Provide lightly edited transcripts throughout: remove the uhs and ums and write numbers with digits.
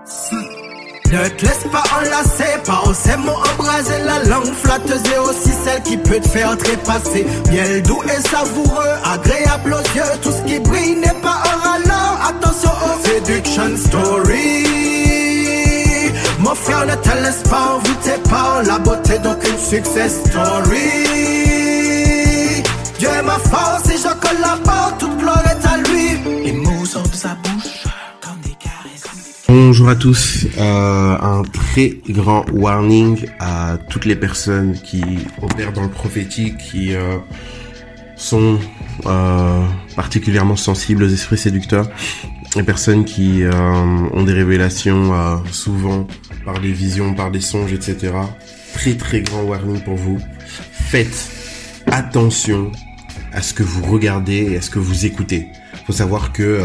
Ne te laisse pas enlacer par ces mots embrasés. La langue flatteuse est aussi celle qui peut te faire trépasser. Miel doux et savoureux, agréable aux yeux. Tout ce qui brille n'est pas un râlant. Attention aux séduction story. Mon frère, ne te laisse pas envoûter par la beauté d'aucune success story. Dieu est ma force et je collabore, toute gloire est à lui. Les mots sortent de sa bouche comme des caresses. Bonjour à tous, un très grand warning à toutes les personnes qui opèrent dans le prophétique, qui sont particulièrement sensibles aux esprits séducteurs, les personnes qui ont des révélations souvent par des visions, par des songes, etc. Très très grand warning pour vous. Faites attention à ce que vous regardez et à ce que vous écoutez. Faut savoir que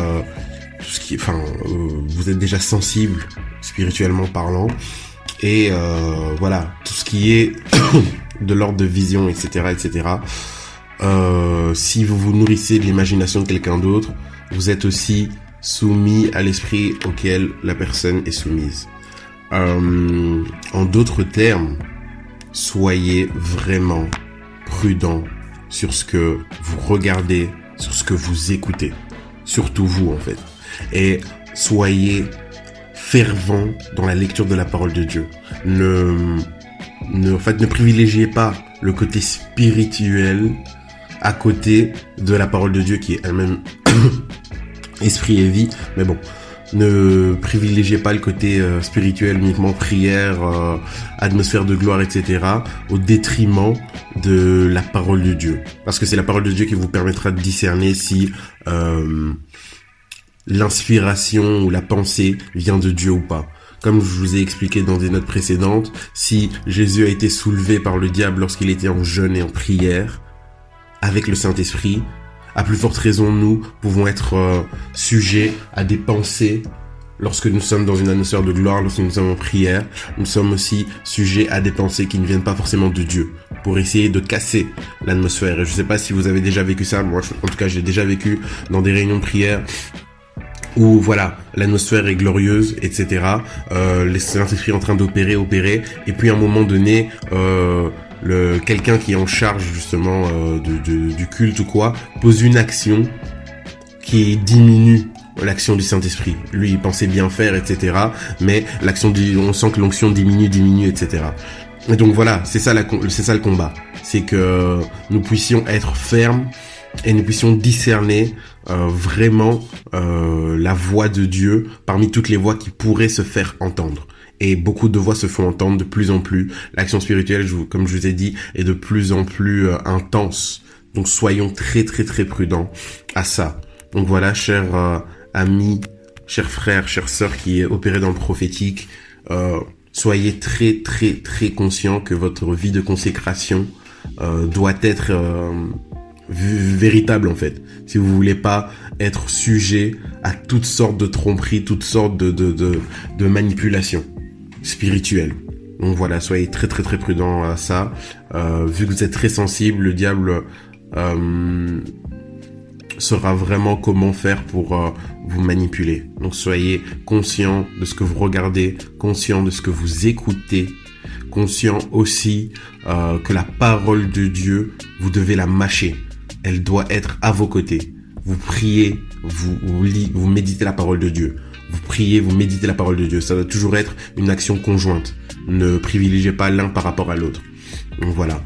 vous êtes déjà sensible spirituellement parlant et voilà, tout ce qui est de l'ordre de vision, etc., si vous vous nourrissez de l'imagination de quelqu'un d'autre, vous êtes aussi soumis à l'esprit auquel la personne est soumise. En d'autres termes, soyez vraiment prudent sur ce que vous regardez, sur ce que vous écoutez. Surtout vous, en fait. Et soyez fervent dans la lecture de la parole de Dieu. Ne privilégiez pas le côté spirituel à côté de la parole de Dieu qui est elle-même esprit et vie. Mais bon, ne privilégiez pas le côté spirituel, uniquement prière, atmosphère de gloire, etc. au détriment de la parole de Dieu. Parce que c'est la parole de Dieu qui vous permettra de discerner si l'inspiration ou la pensée vient de Dieu ou pas. Comme je vous ai expliqué dans des notes précédentes, si Jésus a été soulevé par le diable lorsqu'il était en jeûne et en prière, avec le Saint-Esprit, à plus forte raison, nous pouvons être sujets à des pensées lorsque nous sommes dans une atmosphère de gloire, lorsque nous sommes en prière. Nous sommes aussi sujets à des pensées qui ne viennent pas forcément de Dieu, pour essayer de casser l'atmosphère. Et je sais pas si vous avez déjà vécu ça, moi en tout cas j'ai déjà vécu dans des réunions de prière où voilà, l'atmosphère est glorieuse, etc. Le Saint-Esprit est en train d'opérer, et puis à un moment donné, quelqu'un qui est en charge justement du culte ou quoi, pose une action qui diminue l'action du Saint-Esprit. Lui, il pensait bien faire, etc. Mais on sent que l'onction diminue, etc. Et donc voilà, c'est ça le combat. C'est que nous puissions être fermes et nous puissions discerner vraiment la voix de Dieu parmi toutes les voix qui pourraient se faire entendre. Et beaucoup de voix se font entendre de plus en plus. L'action spirituelle, comme je vous ai dit, est de plus en plus intense. Donc soyons très très très prudents à ça. Donc voilà, chers amis, chers frères, chères sœurs qui opérez dans le prophétique, soyez très très très conscients que votre vie de consécration doit être véritable en fait. Si vous voulez pas être sujet à toutes sortes de tromperies, toutes sortes de manipulations spirituelles. Donc voilà, soyez très très très prudents à ça. Vu que vous êtes très sensible, le diable saura vraiment comment faire pour vous manipuler. Donc soyez conscients de ce que vous regardez, conscients de ce que vous écoutez, conscients aussi que la parole de Dieu, vous devez la mâcher. Elle doit être à vos côtés. Vous priez, vous méditez la parole de Dieu. Vous priez, vous méditez la parole de Dieu. Ça doit toujours être une action conjointe. Ne privilégiez pas l'un par rapport à l'autre. Donc voilà.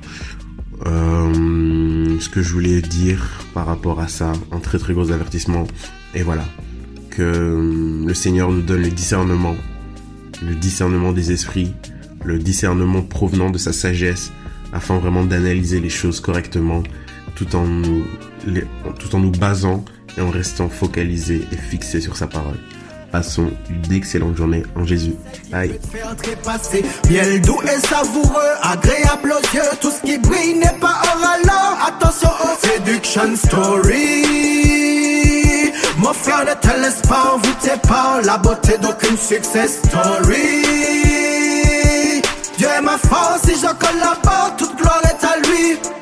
Ce que je voulais dire par rapport à ça, un très très gros avertissement. Et voilà. Que le Seigneur nous donne le discernement des esprits, le discernement provenant de sa sagesse, afin vraiment d'analyser les choses correctement, tout en nous basant et en restant focalisé et fixé sur sa parole. Passons une excellente journée en Jésus. Bye. Miel doux et savoureux, agréable aux yeux. Tout ce qui brille n'est pas un râlant. Attention aux séduction story. Mon frère, ne te laisse pas envoûter par la beauté d'aucune success story. Dieu est ma force et je collabore, toute gloire est à lui.